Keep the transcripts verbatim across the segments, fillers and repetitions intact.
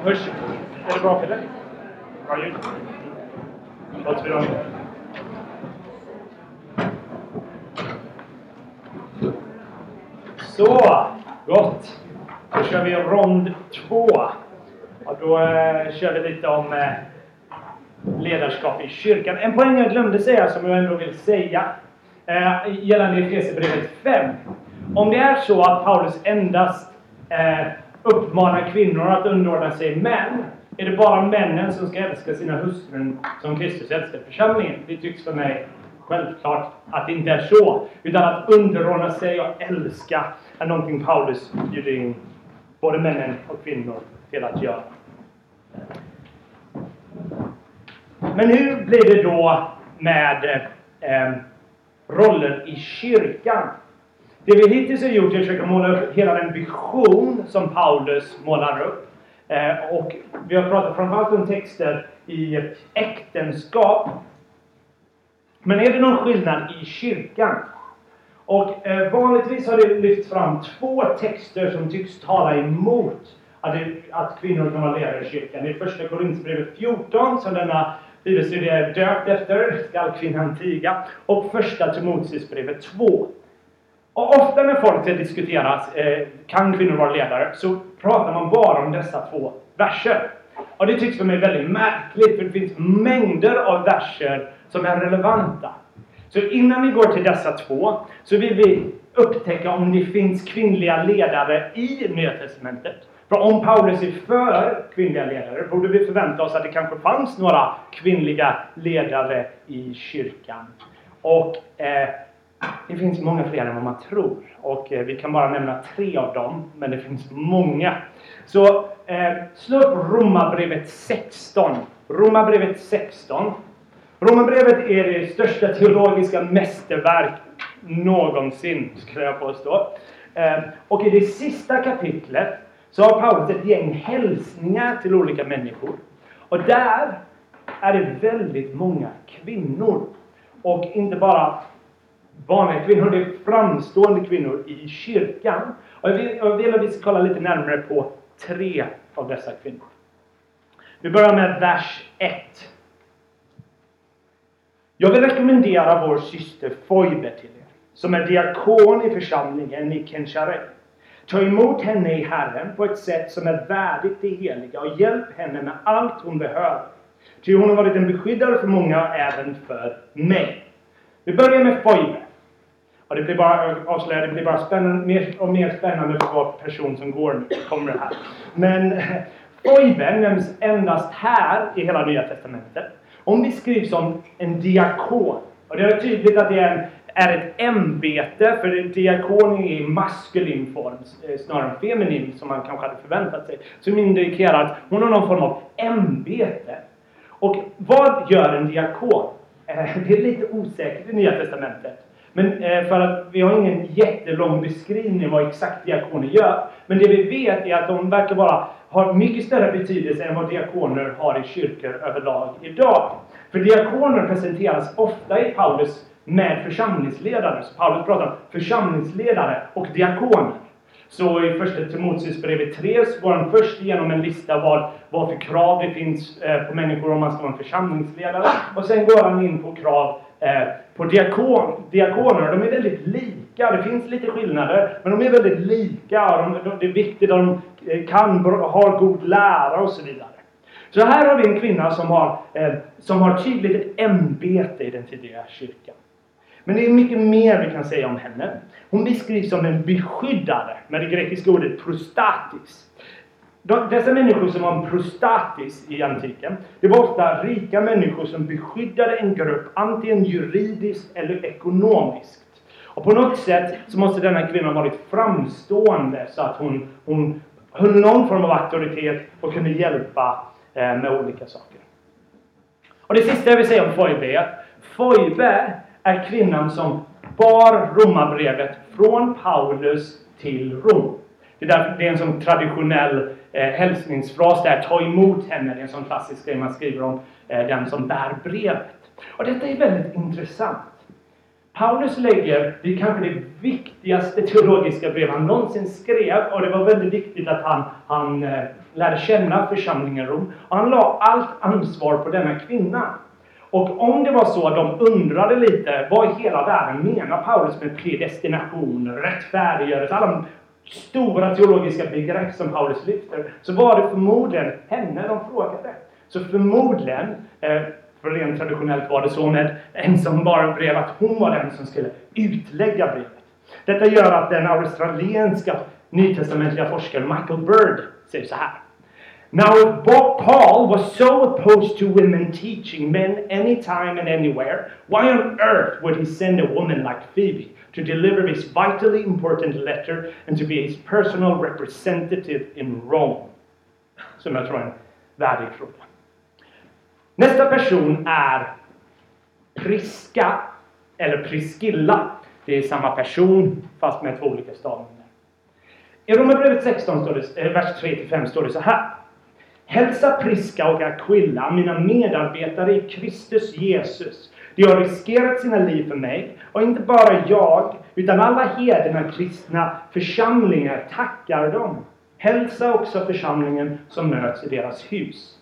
Hörs, är det bra för dig? Bra ljud. Låter vi dem. Så, gott. Då kör vi rond två. Och då eh, kör vi lite om eh, ledarskap i kyrkan. En poäng jag glömde säga som jag ändå vill säga eh, gällande Efesierbrevet fem. Om det är så att Paulus endast eh, uppmanar kvinnor att underordna sig män, är det bara männen som ska älska sina hustrun som Kristus älskar församlingen. Det tycks för mig självklart att det inte är så. Utan att underordna sig och älska är någonting Paulus bjuder in både männen och kvinnor till att göra. Men hur blir det då med eh, roller i kyrkan? Det vi hittills har gjort är att försöka måla upp hela den vision som Paulus målar upp. Eh, och vi har pratat framförallt om texter i äktenskap. Men är det någon skillnad i kyrkan? Och eh, vanligtvis har det lyft fram två texter som tycks tala emot att, det, att kvinnor kan vara ledare i kyrkan. Det är första Korinthierbrevet fjorton som denna bibelstudie är döpt efter, skall kvinnan tiga. Och första Timoteusbrevet två. Och ofta när folk ska diskuteras, eh, kan kvinnor vara ledare, så pratar man bara om dessa två verser. Och det tycks för mig väldigt märkligt, för det finns mängder av verser som är relevanta. Så innan vi går till dessa två, så vill vi upptäcka om det finns kvinnliga ledare i Nya Testamentet. För om Paulus är för kvinnliga ledare, borde vi förvänta oss att det kanske fanns några kvinnliga ledare i kyrkan. Och eh, det finns många fler än vad man tror. Och eh, vi kan bara nämna tre av dem, men det finns många. Så eh, slå upp Romarbrevet sexton. Romarbrevet sexton. Romarbrevet är det största teologiska mästerverk någonsin, skulle jag påstå. Eh, och i det sista kapitlet så har Paulus ett gäng hälsningar till olika människor. Och där är det väldigt många kvinnor. Och inte bara vanliga kvinnor, det är framstående kvinnor i kyrkan. Och jag vill, jag vill att vi ska kolla lite närmare på tre av dessa kvinnor. Vi börjar med vers ett. Jag vill rekommendera vår syster Foibe till er, som är diakon i församlingen i Kenchare. Ta emot henne i Herren på ett sätt som är värdigt det heliga och hjälp henne med allt hon behöver. Ty hon har varit en beskyddare för många och även för mig. Vi börjar med Foibe. Och det blir bara, avslöja, det blir bara spännande, mer och mer spännande för var person som går nu. Kommer det här. Men Foibe nämns endast här i hela Nya Testamentet. Hon beskrivs som en diakon. Och det är tydligt att det är, en, är ett ämbete, för en diakon är i maskulin form, snarare än feminin som man kanske hade förväntat sig. Som indikerar att hon har någon form av ämbete. Och vad gör en diakon? Det är lite osäkert i Nya Testamentet. Men för att vi har ingen jättelång beskrivning vad exakt diakoner gör. Men det vi vet är att de verkar vara, har mycket större betydelse än vad diakoner har i kyrkor överlag idag. För diakoner presenteras ofta i Paulus med församlingsledare. Så Paulus pratar om församlingsledare och diakoner. Så i första Timoteusbrevet tre så går han först igenom en lista vad, vad för krav det finns eh, på människor om man ska vara en församlingsledare. Och sen går han in på krav eh, på diakon, diakoner. De är väldigt lika. Det finns lite skillnader, men de är väldigt lika. Och de, de, det är viktigt att de kan ha god lära och så vidare. Så här har vi en kvinna som har, eh, som har tydligt ett ämbete i den tidiga kyrkan. Men det är mycket mer vi kan säga om henne. Hon beskrivs som en beskyddare med det grekiska ordet prostatis. Dessa människor som var en prostatis i antiken, det var ofta rika människor som beskyddade en grupp antingen juridiskt eller ekonomiskt. Och på något sätt så måste denna kvinna ha varit framstående så att hon, hon höll någon form av auktoritet och kunde hjälpa eh, med olika saker. Och det sista jag vill säga om Foibe är att Foibe är kvinnan som bar romabrevet från Paulus till Rom. Det är, därför, det är en sån traditionell eh, hälsningsfras där, ta emot henne. Det är en sån klassisk grej man skriver om eh, den som bär brevet. Och detta är väldigt intressant. Paulus lägger, det är kanske det viktigaste teologiska brev han någonsin skrev, och det var väldigt viktigt att han, han eh, lärde känna församlingen Rom. Och han la allt ansvar på denna kvinna. Och om det var så att de undrade lite, vad i hela världen menar Paulus med predestination, rättfärdiggörelse, alla de stora teologiska begrepp som Paulus lyfter, så var det förmodligen henne de frågade. Så förmodligen, eh, för rent traditionellt var det så med en som bara brev, att hon var den som skulle utlägga brevet. Detta gör att den australienska nytestamentliga forskaren Michael Bird säger så här. Now if Paul was so opposed to women teaching men anytime and anywhere, why on earth would he send a woman like Phoebe to deliver this vitally important letter and to be his personal representative in Rome? Som jag tror är en värdig fråga. Nästa person är Priska eller Priskilla. Det är samma person fast med två olika stavningar. I Romarbrevet sexton, står det, vers tre till fem, står det så här. Hälsa Priska och Aquilla, mina medarbetare i Kristus Jesus. De har riskerat sina liv för mig, och inte bara jag, utan alla hedna kristna församlingar tackar dem. Hälsa också församlingen som möts i deras hus.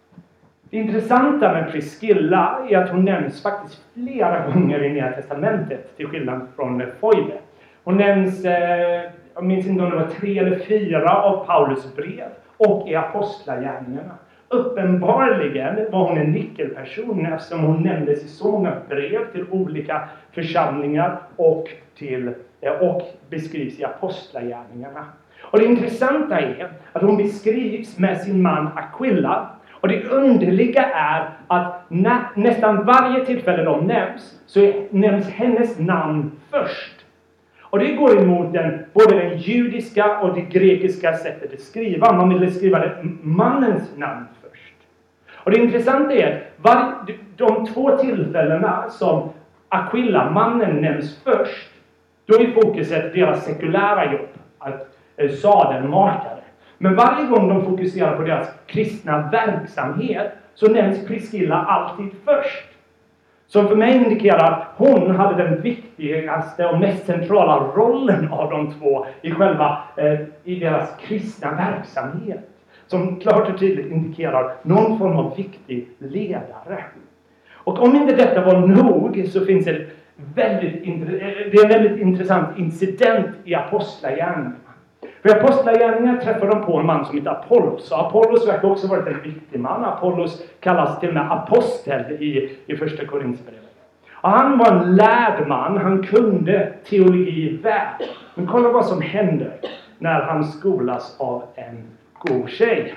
Det intressanta med Priskilla är att hon nämns faktiskt flera gånger i Nya testamentet, till skillnad från Foibe. Hon nämns, eh, jag minns inte om det var tre eller fyra av Paulus brev och i apostlagärningarna. Uppenbarligen var hon en nyckelperson eftersom hon nämndes i så många brev till olika församlingar och, till, och beskrivs i apostlagärningarna. Och det intressanta är att hon beskrivs med sin man Aquilla. Och det underliga är att nä, nästan varje tillfälle de nämns så är, nämns hennes namn först. Och det går emot den, både den judiska och det grekiska sättet att skriva. Man ville skriva det, mannens namn först. Och det intressanta är att var, de två tillfällena som Aquilla, mannen, nämns först, då är fokuset deras sekulära jobb, att eh, sadelmakare. Men varje gång de fokuserar på deras kristna verksamhet så nämns Priskilla alltid först. Som för mig indikerar att hon hade den viktigaste och mest centrala rollen av de två i själva eh, i deras kristna verksamhet. Som klart och tydligt indikerar någon form av viktig ledare. Och om inte detta var nog så finns det, väldigt, det är en väldigt intressant incident i apostlagärningarna. För i apostlagärningarna träffar de på en man som heter Apollos. Och Apollos verkar också varit en viktig man. Apollos kallas till och med apostel i, i första Korinthierbrevet. Och han var en lärd man. Han kunde teologi väl. Men kolla vad som händer när han skolas av en god tjej.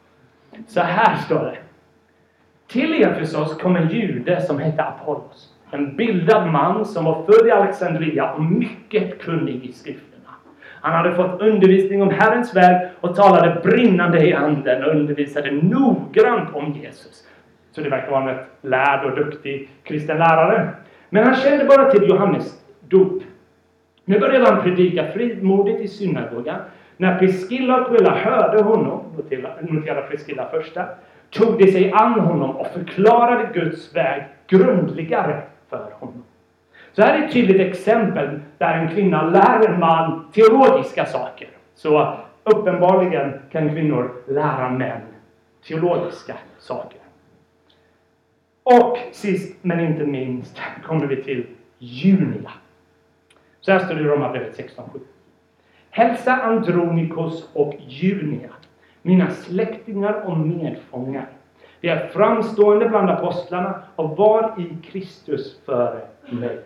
Så här står det. Till Efesos kom en jude som hette Apollos. En bildad man som var född i Alexandria och mycket kunnig i skrifterna. Han hade fått undervisning om Herrens väg och talade brinnande i anden och undervisade noggrant om Jesus. Så det verkar vara en rätt lärd och duktig kristen lärare. Men han kände bara till Johannes dop. Nu började han predika frimodigt i synagogan. När Priskilla och Aquilla hörde honom, notera Priskilla första, tog de sig an honom och förklarade Guds väg grundligare för honom. Så här är ett tydligt exempel där en kvinna lär en man teologiska saker. Så uppenbarligen kan kvinnor lära män teologiska saker. Och sist men inte minst kommer vi till Junia. Så här står det i Romarbrevet sexton sju. Hälsa Andronikos och Junia, mina släktingar och medfångar. De är framstående bland apostlarna och var i Kristus före mig.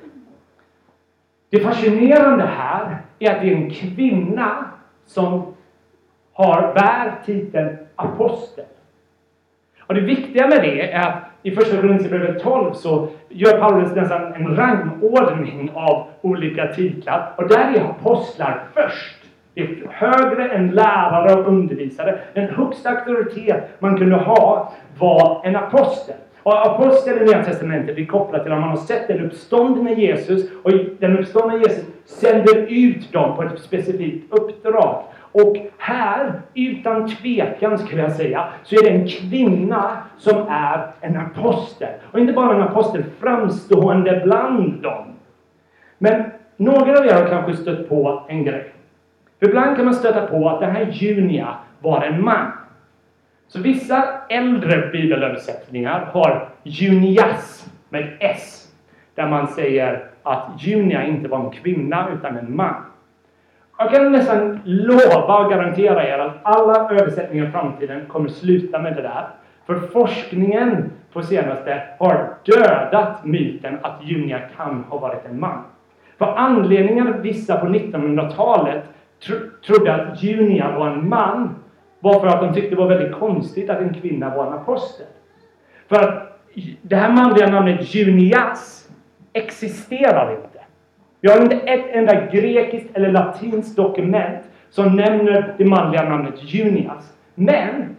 Det fascinerande här är att det är en kvinna som har bär titeln apostel. Och det viktiga med det är att i första Korinthierbrevet tolv så gör Paulus nästan en rangordning av olika titlar. Och där är apostlar först. Det är högre än lärare och undervisare. Den högsta auktoritet man kunde ha var en apostel. Och aposteln i Nya testamentet är kopplat till att man har sett den uppståndne Jesus. Och den uppståndne Jesus sänder ut dem på ett specifikt uppdrag. Och här, utan tvekan skulle jag säga, så är det en kvinna som är en apostel. Och inte bara en apostel, framstående bland dem. Men några av er har kanske stött på en grej. För ibland kan man stöta på att den här Junia var en man. Så vissa äldre bibelöversättningar har Junias med ett S. Där man säger att Junia inte var en kvinna utan en man. Jag kan nästan lova och garantera er att alla översättningar i framtiden kommer sluta med det där. För forskningen på senaste har dödat myten att Junia kan ha varit en man. För anledningen vissa på nittonhundratalet tro- trodde att Junia var en man var för att de tyckte det var väldigt konstigt att en kvinna var en apostel. För att det här manliga namnet Junias existerar inte. Vi har inte ett enda grekiskt eller latinskt dokument som nämner det manliga namnet Junias. Men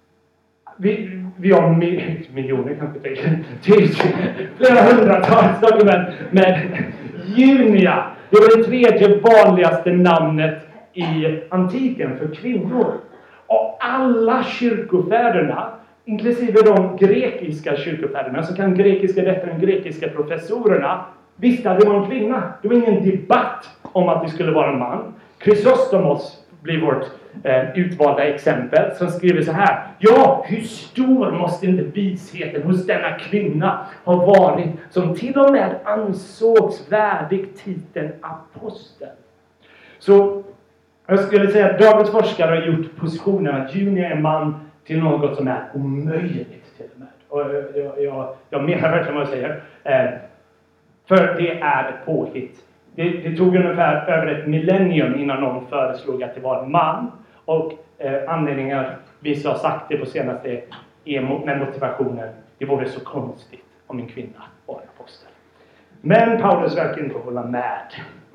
vi, vi har miljoner, kanske tusen, flera hundratals dokument med Junia. Det var det tredje vanligaste namnet i antiken för kvinnor. Och alla kyrkofäderna, inklusive de grekiska kyrkofäderna, så kan grekiska rättare än grekiska professorerna, visste att det var en kvinna. Det var ingen debatt om att det skulle vara en man. Chrysostomos blir vårt eh, utvalda exempel som skriver så här. Ja, hur stor måste inte visheten hos denna kvinna ha varit som till och med ansågs värdig titeln apostel. Så jag skulle säga att dagens forskare har gjort positionen att Junia är en man till något som är omöjligt till och med. Och jag, jag, jag menar verkligen vad jag säger. Eh, för det är ett påhitt. Det, det tog ungefär över ett millennium innan någon föreslog att det var en man. Och eh, anledningar, vissa har sagt det på senaste, är med motivationen. Det vore så konstigt om en kvinna var en apostel. Men Paulus verkar inte hålla med.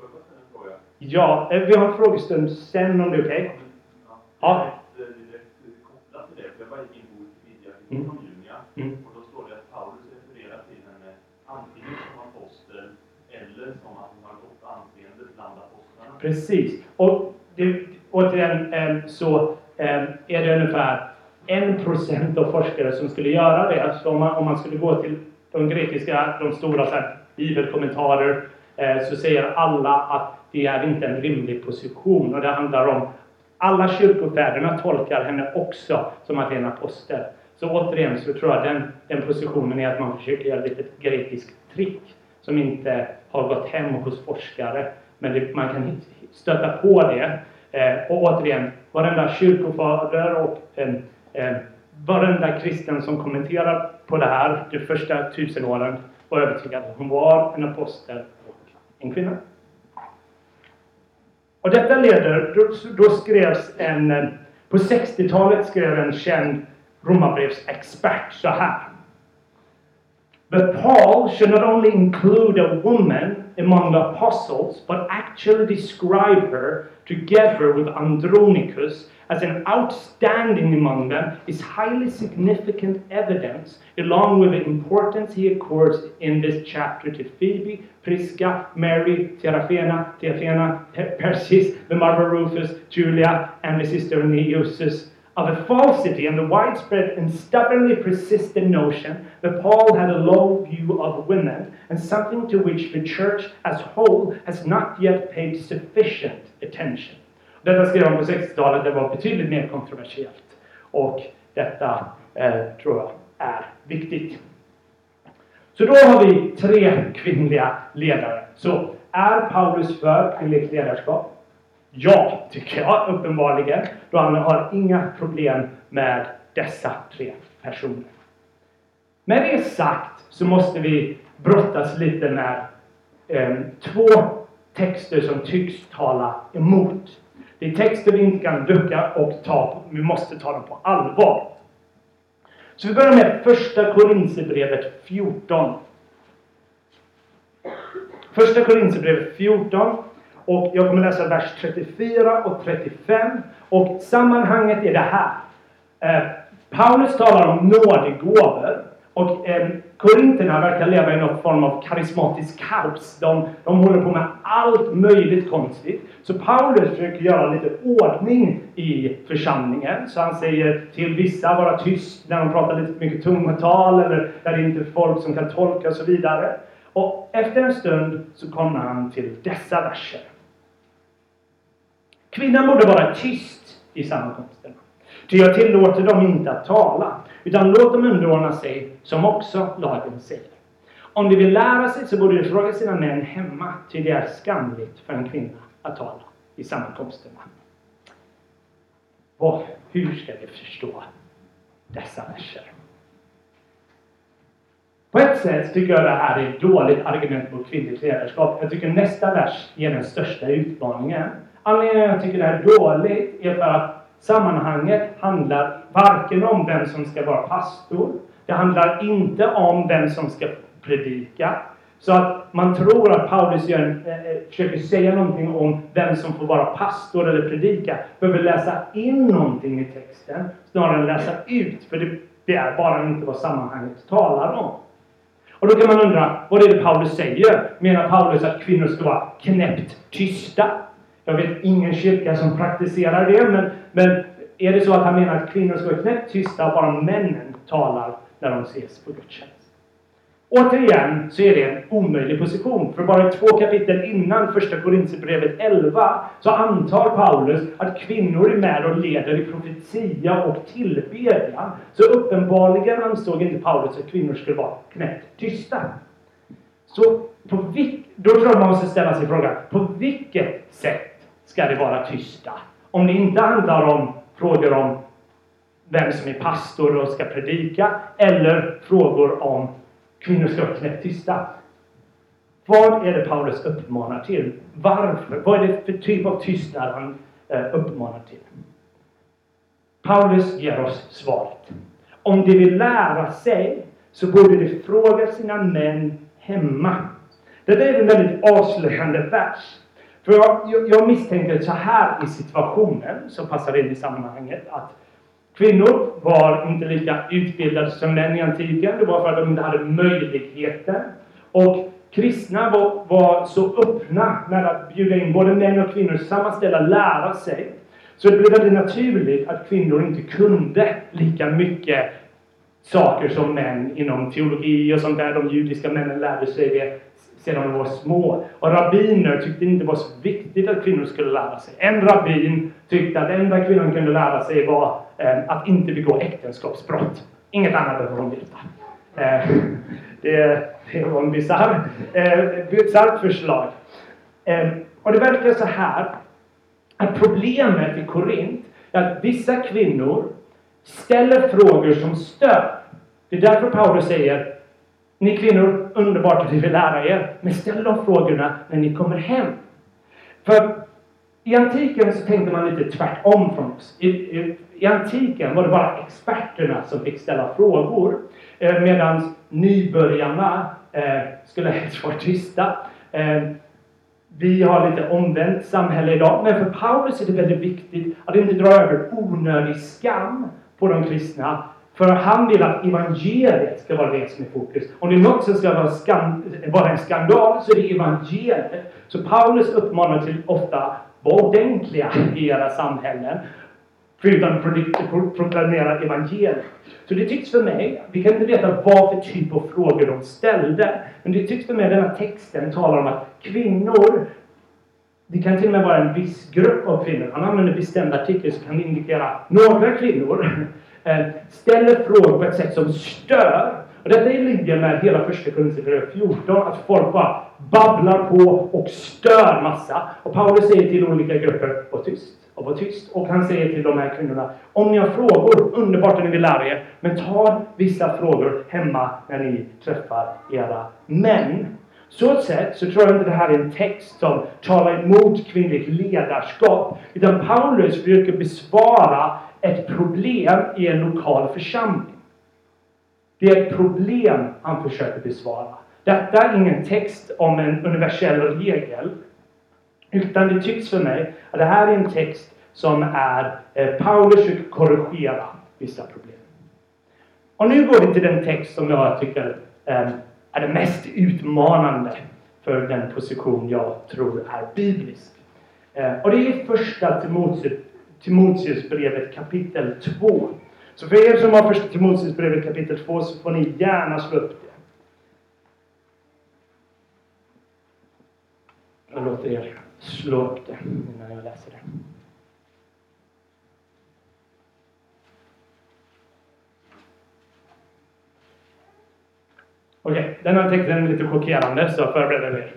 Ja, vi har en frågestund sen om det är okej. Okay. Ja. Det är direkt kopplat till det. För jag bara gick in på Wikipedia mm. om Junia. Mm. Och då står det att Paulus refererar till henne antingen som apostel eller som att hon har gott anseende bland apostlarna. Precis. Och det, återigen så är det ungefär en procent av forskare som skulle göra det. Så om man, om man skulle gå till de grekiska, de stora så här, bibelkommentarer, så säger alla att det är inte en rimlig position. Och det handlar om alla kyrkofäderna tolkar henne också som att det är en apostel. Så återigen så tror jag den, den positionen är att man försöker göra lite ett grekiskt trick som inte har gått hem hos forskare. Men det, man kan stöta på det. Eh, och återigen, varenda kyrkofader och eh, eh, varenda kristen som kommenterar på det här de första tusen åren var övertygad att hon var en apostel och en kvinna. Och detta leder, då, då skrevs en, på sextiotalet skrev en känd romarbrevsexpert så här. But Paul should not only include a woman among the apostles, but actually describe her together with Andronicus as an outstanding among them is highly significant evidence, along with the importance he accords in this chapter to Phoebe, Prisca, Mary, Terafena, Theophana, Persis, the mother Rufus, Julia, and the sister Neusus, of the falsity and the widespread and stubbornly persistent notion that Paul had a low view of women and something to which the church as whole has not yet paid sufficient attention. Detta skrev han på sextiotalet, det var betydligt mer kontroversiellt. Och detta eh, tror jag är viktigt. Så då har vi tre kvinnliga ledare. Så är Paulus för kvinnligt ledarskap? Ja, tycker jag uppenbarligen. Då han har inga problem med dessa tre personer. Med det sagt så måste vi brottas lite med eh, två texter som tycks tala emot. Det är texter vi inte kan ducka och ta på. Vi måste ta dem på allvar. Så vi börjar med första Korinthierbrevet fjorton. Första Korinthierbrevet fjorton. Och jag kommer läsa vers trettiofyra och trettiofem. Och sammanhanget är det här. Eh, Paulus talar om nådegåvor. Och eh, korinterna verkar leva i någon form av karismatisk kaos. De, de håller på med allt möjligt konstigt. Så Paulus försöker göra lite ordning i församlingen. Så han säger till vissa vara tyst när de pratar lite mycket tungotal. Eller där det inte är folk som kan tolka och så vidare. Och efter en stund så kommer han till dessa verser. Kvinnan borde vara tyst i sammankomsten. Ty jag tillåter dem inte att tala, utan låt dem underordna sig som också lagen säger. Om de vill lära sig så borde de fråga sina män hemma, ty det är skamligt för en kvinna att tala i sammankomsterna. Och hur ska vi förstå dessa verser? På ett sätt tycker jag det här är ett dåligt argument mot kvinnligt ledarskap. Jag tycker nästa vers ger den största utmaningen. Anledningen jag tycker det här är dåligt är för att sammanhanget handlar varken om vem som ska vara pastor. Det handlar inte om vem som ska predika. Så att man tror att Paulus gör en, äh, försöker säga någonting om vem som får vara pastor eller predika. Behöver läsa in någonting i texten snarare än läsa ut. För det, det är bara inte vad sammanhanget talar om. Och då kan man undra, vad är det Paulus säger? Menar Paulus att kvinnor ska vara knäppt tysta? Jag vet ingen kyrka som praktiserar det, men, men är det så att han menar att kvinnor ska vara knäppt tysta och bara männen talar när de ses på gudstjänst? Återigen så är det en omöjlig position. För bara två kapitel innan första Korinthierbrevet elva så antar Paulus att kvinnor är med och leder i profetia och tillbedjan. Så uppenbarligen ansåg inte Paulus att kvinnor skulle vara knäppt tysta. Så på vil- då tror jag man måste ställa sig frågan, på vilket sätt ska det vara tysta? Om det inte handlar om frågor om vem som är pastor och ska predika, eller frågor om kvinnor ska vara knäppt tysta. Vad är det Paulus uppmanar till? Varför? Vad är det för typ av tystnad han eh, uppmanar till? Paulus ger oss svaret. Om de vill lära sig så borde de fråga sina män hemma. Det är en väldigt avslöjande vers. För jag, jag, jag misstänker så här i situationen som passar in i sammanhanget att kvinnor var inte lika utbildade som män i antiken. Det var för att de inte hade möjligheten. Och kristna var, var så öppna med att bjuda in både män och kvinnor till samma ställe att lära sig. Så det blev väldigt naturligt att kvinnor inte kunde lika mycket saker som män inom teologi och sånt där. De judiska männen lärde sig det sedan de var små. Och rabbiner tyckte inte det var så viktigt att kvinnor skulle lära sig. En rabbin tyckte att enda kvinnan kunde lära sig var eh, att inte begå äktenskapsbrott. Inget annat behöver de veta. Eh, det, det var en bizarr, eh, bizarrt förslag. Eh, och det verkar så här att problemet i Korint är att vissa kvinnor ställer frågor som stör. Det är därför Paulus säger: ni kvinnor, underbart att ni vill lära er, men ställ de frågorna när ni kommer hem. För i antiken så tänkte man lite tvärtom från oss. I, i, i antiken var det bara experterna som fick ställa frågor, eh, medan nybörjarna eh, skulle helst vara tysta. Eh, vi har lite omvänt samhälle idag, men för Paulus är det väldigt viktigt att inte dra över onödig skam på de kristna. För han vill att evangeliet ska vara det som är fokus. Om det är något som ska vara, skam, vara en skandal så är det evangeliet. Så Paulus uppmanar till ofta: var ordentliga i era samhällen. Förutom att proklamera evangeliet. Så det tycks för mig, vi kan inte veta vad för typ av frågor de ställde. Men det tycks för mig, den här texten talar om att kvinnor, det kan till och med vara en viss grupp av kvinnor. Han använder bestämda artiklar så kan det indikera några kvinnor. Ställer frågor på ett sätt som stör. Och detta är i linje med hela första Korinthierbrevet fjorton. Att folk bara babblar på och stör massa. Och Paulus säger till olika grupper: var tyst. Och var tyst. Och han säger till de här kvinnorna: om ni har frågor, underbart att ni vill lära er. Men ta vissa frågor hemma när ni träffar era män. Så sett så tror jag inte det här är en text som talar emot kvinnligt ledarskap. Utan Paulus försöker besvara ett problem i en lokal församling. Det är ett problem han försöker besvara. Detta är ingen text om en universell regel. Utan det tycks för mig att det här är en text som är eh, Paulus försöker korrigera vissa problem. Och nu går vi till den text som jag tycker eh, är det mest utmanande för den position jag tror är biblisk. Eh, och det är första Timoteus Timoteusbrevet kapitel två. Så för er som har första Timoteusbrevet kapitel två så får ni gärna slå upp det. Jag låter er slå upp det innan jag läser det. Okej, okay, den här texten är lite chockerande, så förbered er.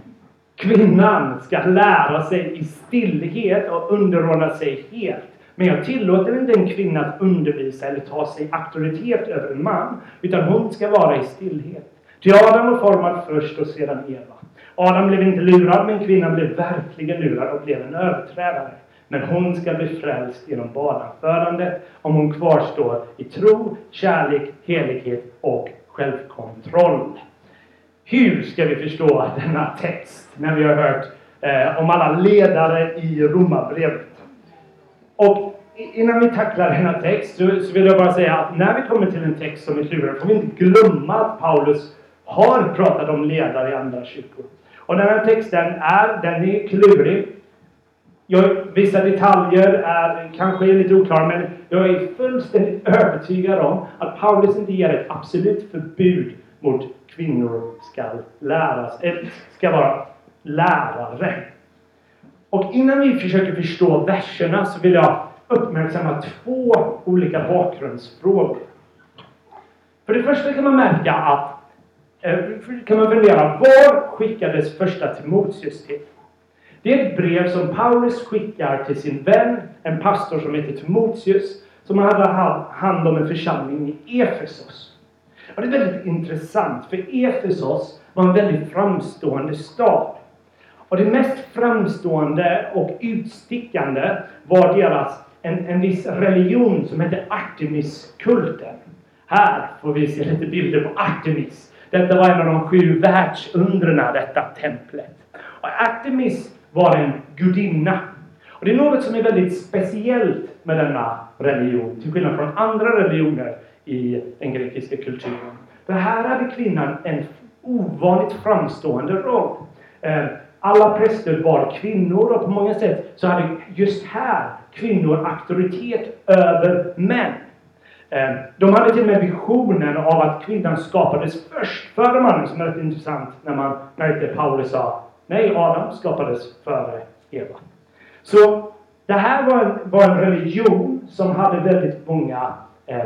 Kvinnan ska lära sig i stillhet och underordna sig helt. Men jag tillåter inte en kvinna att undervisa eller ta sig auktoritet över en man, utan hon ska vara i stillhet. Ty Adam var formad först och sedan Eva. Adam blev inte lurad, men kvinnan blev verkligen lurad och blev en överträdare. Men hon ska bli frälst genom barnafödandet om hon kvarstår i tro, kärlek, helighet och självkontroll. Hur ska vi förstå denna text när vi har hört eh, om alla ledare i Romarbrevet? Och innan vi tacklar denna text så, så vill jag bara säga att när vi kommer till en text som är klurig får vi inte glömma att Paulus har pratat om ledare i andra kyrkor. Och den här texten är, den är klurig. Jag, vissa detaljer är kanske lite oklara, men jag är fullständigt övertygad om att Paulus inte ger ett absolut förbud mot kvinnor ska läras, eller ska vara lärare. Och innan vi försöker förstå verserna så vill jag uppmärksamma två olika bakgrundsfrågor. För det första kan man märka att, kan man fundera, var skickades första Timoteus till? Det är ett brev som Paulus skickar till sin vän, en pastor som heter Timoteus, som hade hand om en församling i Efesos. Och det är väldigt intressant, för Efesos var en väldigt framstående stad. Och det mest framstående och utstickande var deras en, en viss religion som hette Artemis-kulten. Här får vi se lite bilder på Artemis. Detta var en av de sju världsundrena, detta templet. Och Artemis var en gudinna. Och det är något som är väldigt speciellt med denna religion, till skillnad från andra religioner i den grekiska kulturen. För här hade kvinnan en ovanligt framstående roll. Alla präster var kvinnor, och på många sätt så hade just här kvinnor auktoritet över män. De hade till och med visionen av att kvinnan skapades först före mannen, som är rätt intressant när man märkte Paulus sa nej, Adam skapades före Eva. Så det här var en, var en religion som hade väldigt många eh,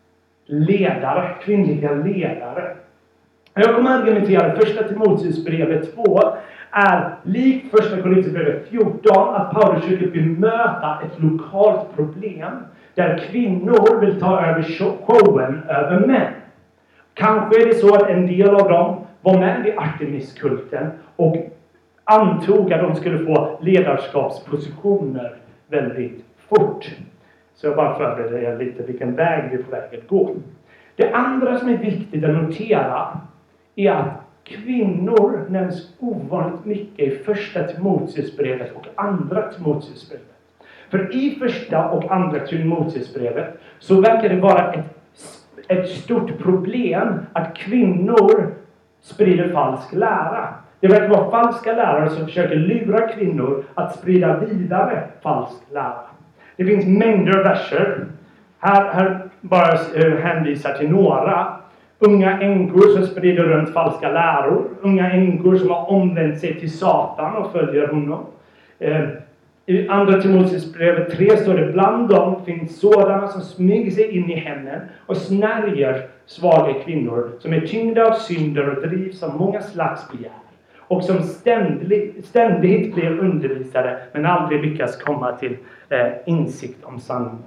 ledare, kvinnliga ledare. Jag kommer att argumentera att första Timoteusbrevet två är likt första Korinthierbrevet fjorton, att Paulus försöker bemöta ett lokalt problem där kvinnor vill ta över showen över män. Kanske är det så att en del av dem var med i Artemis-kulten och antog att de skulle få ledarskapspositioner väldigt fort. Så jag bara förbereder er lite vilken väg vi är på väg att gå. Det andra som är viktigt att notera är att kvinnor nämns ovanligt mycket i första Timoteusbrevet och andra Timoteusbrevet. För i första och andra Timoteusbrevet så verkar det vara ett, ett stort problem att kvinnor sprider falsk lära. Det verkar vara falska lärare som försöker lura kvinnor att sprida vidare falsk lära. Det finns mängder av verser. Här, här bara hänvisar till några. Unga änkor som sprider runt falska läror. Unga änkor som har omvänt sig till Satan och följer honom. Eh, I andra Timoteusbrevet tre står det: bland dem finns sådana som smyger sig in i hemmen och snärjer svaga kvinnor som är tyngda av synder och drivs av många slags begär. Och som ständigt, ständigt blir undervisade men aldrig lyckas komma till eh, insikt om sanningen.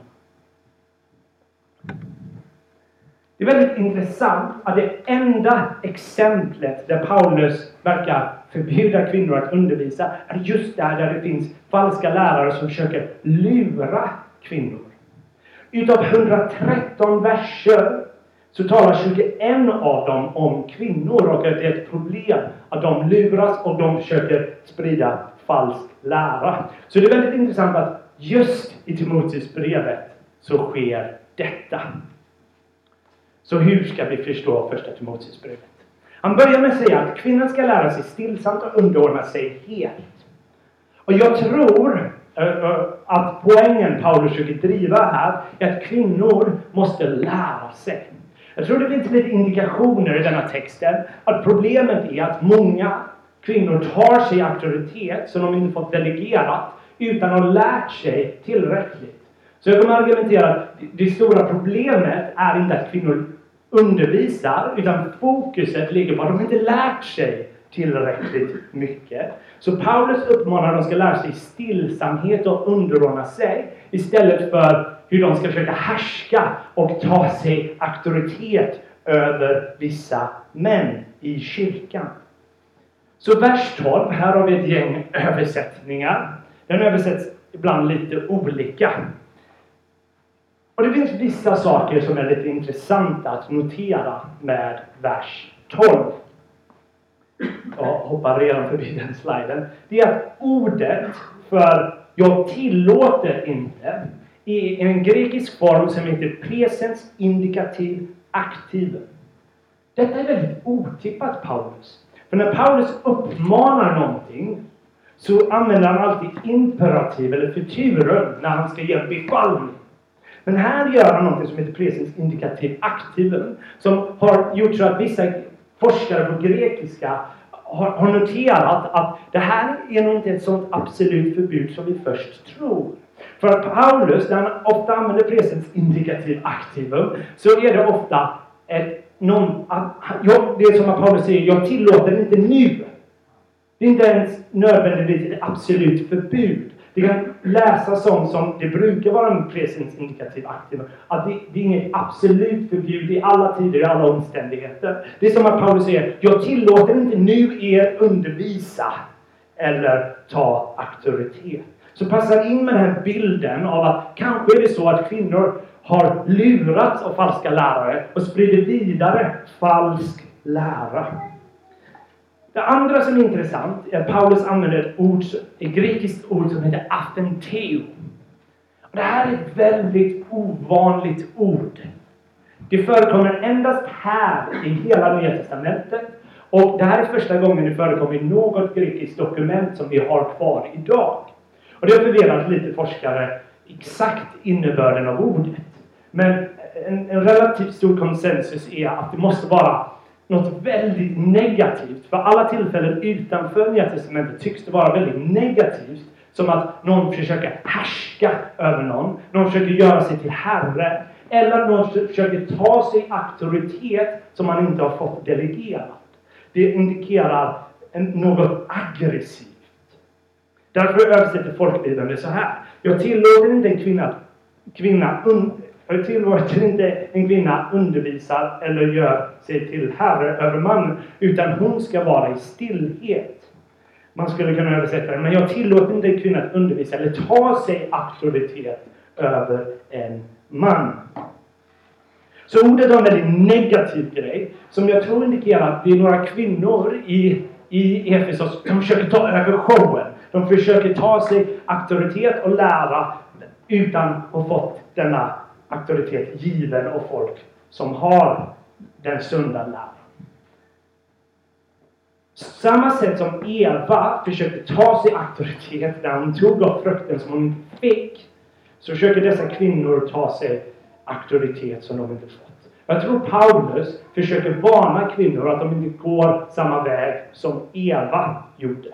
Det är väldigt intressant att det enda exemplet där Paulus verkar förbjuda kvinnor att undervisa är just där, där det finns falska lärare som försöker lura kvinnor. Utav hundratretton verser så talar tjugoen av dem om kvinnor och att det är ett problem att de luras och de försöker sprida falsk lära. Så det är väldigt intressant att just i Timoteusbrevet så sker detta. Så hur ska vi förstå första Timoteusbrevet? Han börjar med att säga att kvinnan ska lära sig stillsamt och underordna sig helt. Och jag tror att poängen Paulus försöker driva här är att kvinnor måste lära sig. Jag tror det finns lite indikationer i denna texten att problemet är att många kvinnor tar sig auktoritet som de inte fått delegerat utan har lärt sig tillräckligt. Så jag kommer att argumentera att det stora problemet är inte att kvinnor undervisar, utan fokuset ligger på att de inte lärt sig tillräckligt mycket. Så Paulus uppmanar att de ska lära sig stillsamhet och underordna sig istället för hur de ska försöka härska och ta sig auktoritet över vissa män i kyrkan. Så vers tolv, här har vi ett gäng översättningar. Den översätts ibland lite olika. Och det finns vissa saker som är lite intressanta att notera med vers tolv. Jag hoppar redan förbi den sliden. Det är att ordet för jag tillåter inte i en grekisk form som heter presens indikativ aktiv. Detta är väldigt otippat Paulus. För när Paulus uppmanar någonting så använder han alltid imperativ eller futurum när han ska ge en befallning. Men här gör han något som heter presens indikativ aktivum, som har gjort så att vissa forskare på grekiska har, har noterat att det här är nog inte ett sådant absolut förbud som vi först tror. För att Paulus, när han ofta använder presens indikativ aktivum, så är det ofta ett, någon, att, jag, det är som att Paulus säger, jag tillåter inte nu. Det är inte ens nödvändigtvis ett absolut förbud. Det kan läsas som, som det brukar vara en presens indikativ aktivum. Att det, det är inget absolut förbud i alla tider, i alla omständigheter. Det är som att Paulus säger, jag tillåter inte nu er undervisa eller ta auktoritet. Så passar in med den här bilden av att kanske är det så att kvinnor har lurats av falska lärare och sprider vidare falsk lära. Det andra som är intressant är att Paulus använder ett, ord, ett grekiskt ord som heter aphenteo. Det här är ett väldigt ovanligt ord. Det förekommer endast här i hela Nya Testamentet. Och det här är första gången det förekommer i något grekiskt dokument som vi har kvar idag. Och det har förvirrat lite forskare exakt innebörden av ordet. Men en, en relativt stor konsensus är att det måste vara något väldigt negativt. För alla tillfällen utanför Nya Testamentet tycks det vara väldigt negativt. Som att någon försöker härska över någon. Någon försöker göra sig till herre. Eller någon försöker ta sig auktoritet som man inte har fått delegerat. Det indikerar en, något aggressivt. Därför översätter folkbibeln det så här. Jag tillåter inte en kvinna, kvinna un, jag tillåter inte en kvinna undervisar eller gör sig till herre över mannen. Utan hon ska vara i stillhet. Man skulle kunna översätta det. Men jag tillåter inte en kvinna att undervisa eller ta sig auktoritet över en man. Så ordet är en väldigt negativ grej. Som jag tror indikerar att det är några kvinnor i, i Efesos som försöker ta över showen. De försöker ta sig auktoritet och lära utan att ha fått denna auktoritet given av folk som har den sunda läran. Samma sätt som Eva försökte ta sig auktoritet när hon tog av frukten som hon inte fick, så försöker dessa kvinnor ta sig auktoritet som de inte fått. Jag tror Paulus försöker varna kvinnor att de inte går samma väg som Eva gjorde.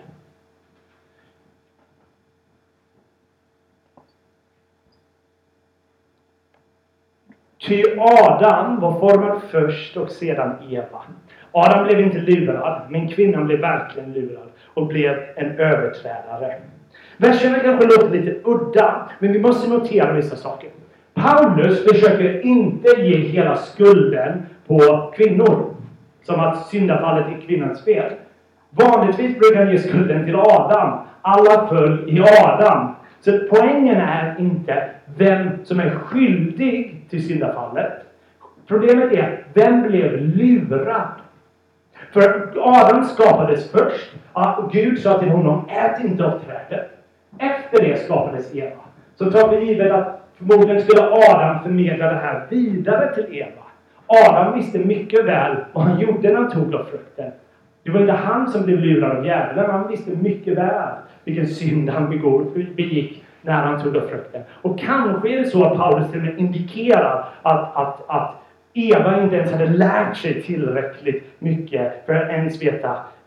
Ty Adam var formad först och sedan Eva. Adam blev inte lurad, men kvinnan blev verkligen lurad och blev en överträdare. Verserna kanske låter lite udda, men vi måste notera vissa saker. Paulus försöker inte ge hela skulden på kvinnor, som att syndafallet är kvinnans fel. Vanligtvis brukar han ge skulden till Adam. Alla föll i Adam. Så poängen är inte vem som är skyldig till syndafallet. Problemet är, vem blev lurad? För Adam skapades först. Och Gud sa till honom, ät inte av trädet. Efter det skapades Eva. Så tar vi givet att förmodligen skulle Adam förmedla det här vidare till Eva. Adam visste mycket väl vad han gjorde när han tog av frukten. Det var inte han som blev lurad av djävulen. Han visste mycket väl vilken synd han begick när han tog av frukten. Och kanske är det så att Paulus till och med indikerar att, att, att Eva inte ens hade lärt sig tillräckligt mycket för att ens veta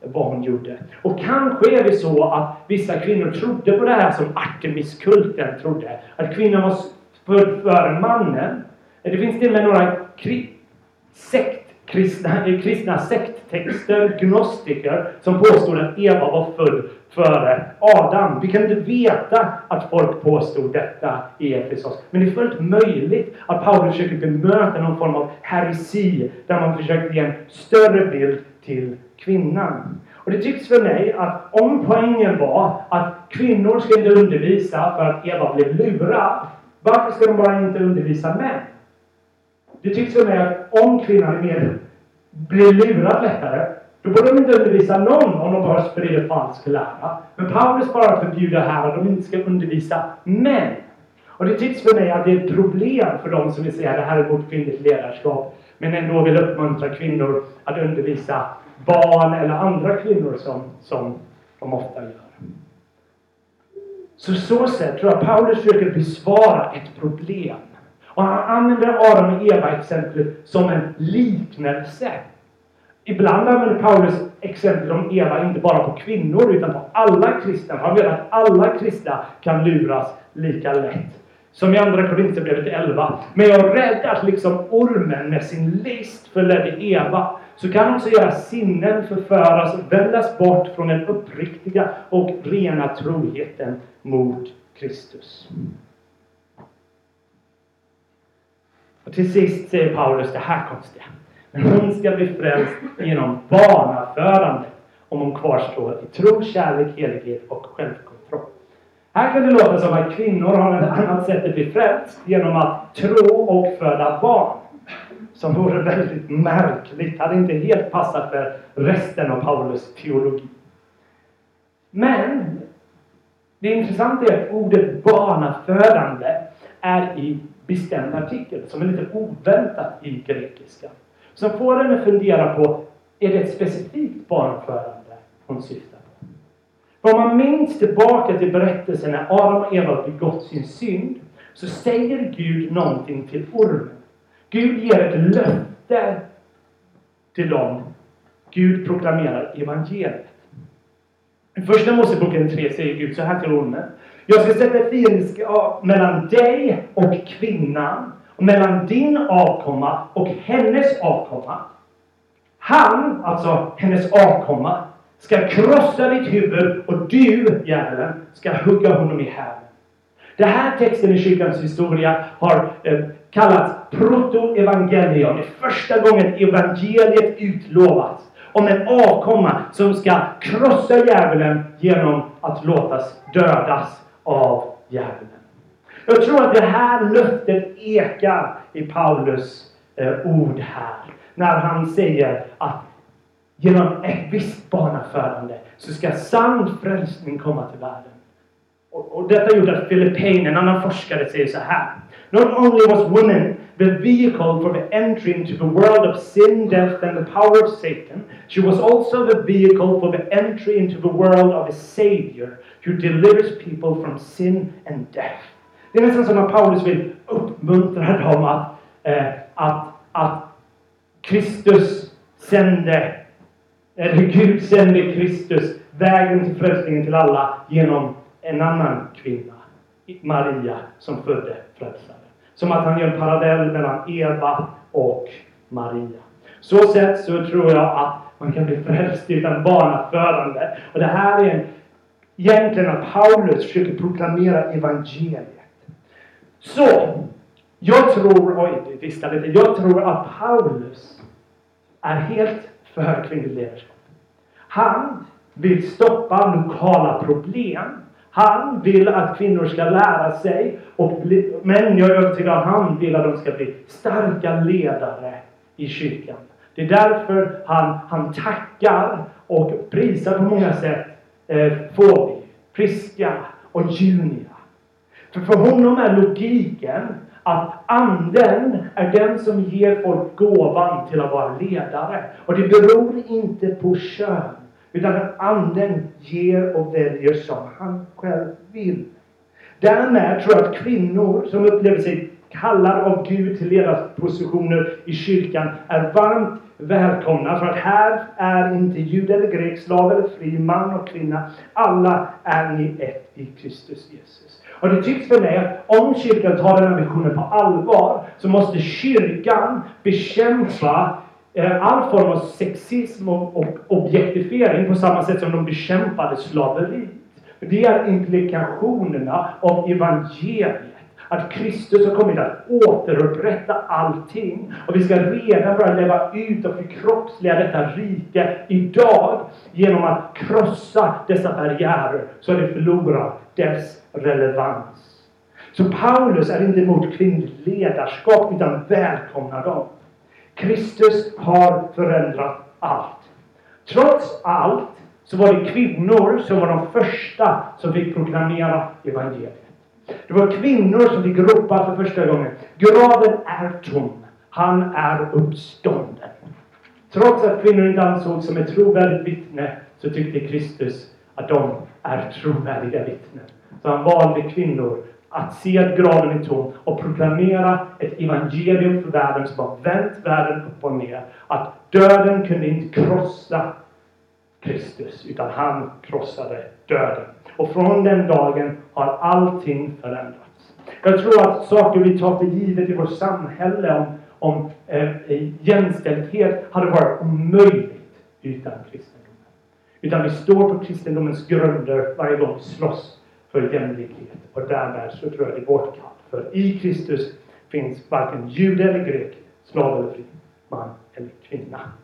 vad hon gjorde. Och kanske är det så att vissa kvinnor trodde på det här som Artemiskulten trodde. Att kvinnan var född före mannen. Det finns till och med några kri- sekt, kristna, kristna sekttexter, gnostiker, som påstod att Eva var född före Adam. Vi kan inte veta att folk påstod detta i Efesos. Men det är fullt möjligt att Paulus försöker bemöta någon form av heresi där man försöker ge en större bild till kvinnan. Och det tycks för mig att om poängen var att kvinnor ska inte undervisa för att Eva blev lurad, varför ska de bara inte undervisa män? Det tycks för mig att om kvinnan är mer, blir lurad lättare, då borde de inte undervisa någon om de bara sprider falsk lära. Men Paulus bara förbjuder här att de inte ska undervisa män. Och det tycks för mig att det är ett problem för dem som vill säga att det här är vårt kvinnligt ledarskap, men ändå vill uppmuntra kvinnor att undervisa barn eller andra kvinnor som, som de ofta gör. Så så sätt tror jag Paulus försöker besvara ett problem. Och han använder Adam och Eva-exemplet som en liknelse. Ibland använder Paulus exempel om Eva inte bara på kvinnor utan på alla kristna. Han vet att alla kristna kan luras lika lätt. Som i andra Korinthierbrevet elva. Men jag är rädd att liksom ormen med sin list förledde Eva, så kan också göra sinnen förföras och vändas bort från den uppriktiga och rena troheten mot Kristus. Och till sist säger Paulus det här konstiga. Men hon ska bli frälst genom barnafödande om hon kvarstår i tro, kärlek, helighet och självkontroll. Här kan det låta som att kvinnor har ett annat sätt att bli frälst genom att tro och föda barn. Som vore väldigt märkligt. Hade inte helt passat för resten av Paulus teologi. Men det intressanta är att ordet barnafödande är i bestämd artikel som är lite oväntat i grekiska. Så får den att fundera på, är det ett specifikt barnafödande hon syftar på? För om man minns tillbaka till berättelsen när Adam och Eva begått sin synd, så säger Gud någonting till ormen. Gud ger ett löfte till dem. Gud proklamerar evangeliet. I första Moseboken tre säger Gud så här till ormen: jag ska sätta fiendskap mellan dig och kvinnan, och mellan din avkomma och hennes avkomma. Han, alltså hennes avkomma, ska krossa ditt huvud, och du, djävulen, ska hugga honom i hälen. Det här texten i kyrkans historia har eh, kallats proto-evangelion. Det är första gången evangeliet utlovats om en avkomma som ska krossa djävulen genom att låtas dödas av djävulen. Jag tror att det här löftet ekar i Paulus eh, ord här. När han säger att genom ett visst barnafödande så ska sann frälsning komma till världen. Och, och detta gjorde att Philippine, en annan forskare, säger så här: not only was woman the vehicle for the entry into the world of sin, death and the power of Satan, she was also the vehicle for the entry into the world of a Savior who delivers people from sin and death. Det är nästan som att Paulus vill uppmuntra dem att, eh, att, att Kristus sände, eller Gud sände Kristus, vägen till frälsningen till alla, genom en annan kvinna, Maria, som födde frälsare. Som att han gör en parallell mellan Eva och Maria. Så sett så tror jag att man kan bli frälst utan barnafödande. Och det här är egentligen att Paulus försöker proklamera evangeliet. Så, jag tror, oj, det visste lite, jag tror att Paulus är helt för kvinnligt ledarskap. Han vill stoppa lokala problem. Han vill att kvinnor ska lära sig, och bli, men jag är övertygad att han vill att de ska bli starka ledare i kyrkan. Det är därför han, han tackar och prisar på många sätt eh, Phoebe, Prisca och Junia. För för honom är logiken att anden är den som ger folk gåvan till att vara ledare. Och det beror inte på kön, utan att anden ger och väljer som han själv vill. Därmed tror jag att kvinnor som upplever sig kallade av Gud till ledarpositioner i kyrkan är varmt välkomna. För att här är inte jud eller grek, slav eller fri, man och kvinna. Alla är ni ett i Kristus Jesus. Och det tycks för mig att om kyrkan tar den här visionen på allvar så måste kyrkan bekämpa eh, all form av sexism och, och objektifiering på samma sätt som de bekämpade slaveri. För det är implikationerna av evangeliet. Att Kristus har kommit att återupprätta allting. Och vi ska redan börja leva ut och förkroppsliga detta rike idag. Genom att krossa dessa barriärer så att det förlorar dess relevans. Så Paulus är inte emot kvinnligt ledarskap utan välkomnar dem. Kristus har förändrat allt. Trots allt så var det kvinnor som var de första som fick proklamera evangeliet. Det var kvinnor som fick ropa för första gången: graven är tom, han är uppstånden. Trots att kvinnor inte ansågs som ett trovärdigt vittne så tyckte Kristus att de är trovärdiga vittnen. Så han valde kvinnor att se att graven är tom och proklamera ett evangelium för världen som har vänt världen upp och ner. Att döden kunde inte krossa Kristus utan han krossade döden. Och från den dagen har allting förändrats. Jag tror att saker vi tar för givet i vårt samhälle om, om eh, jämställdhet hade varit omöjligt utan kristendomen. Utan vi står på kristendomens grunder varje gång vi slåss för jämlikhet. Och därmed så tror jag det är vårt kall. För i Kristus finns varken jude eller grek, slav eller fri, man eller kvinna.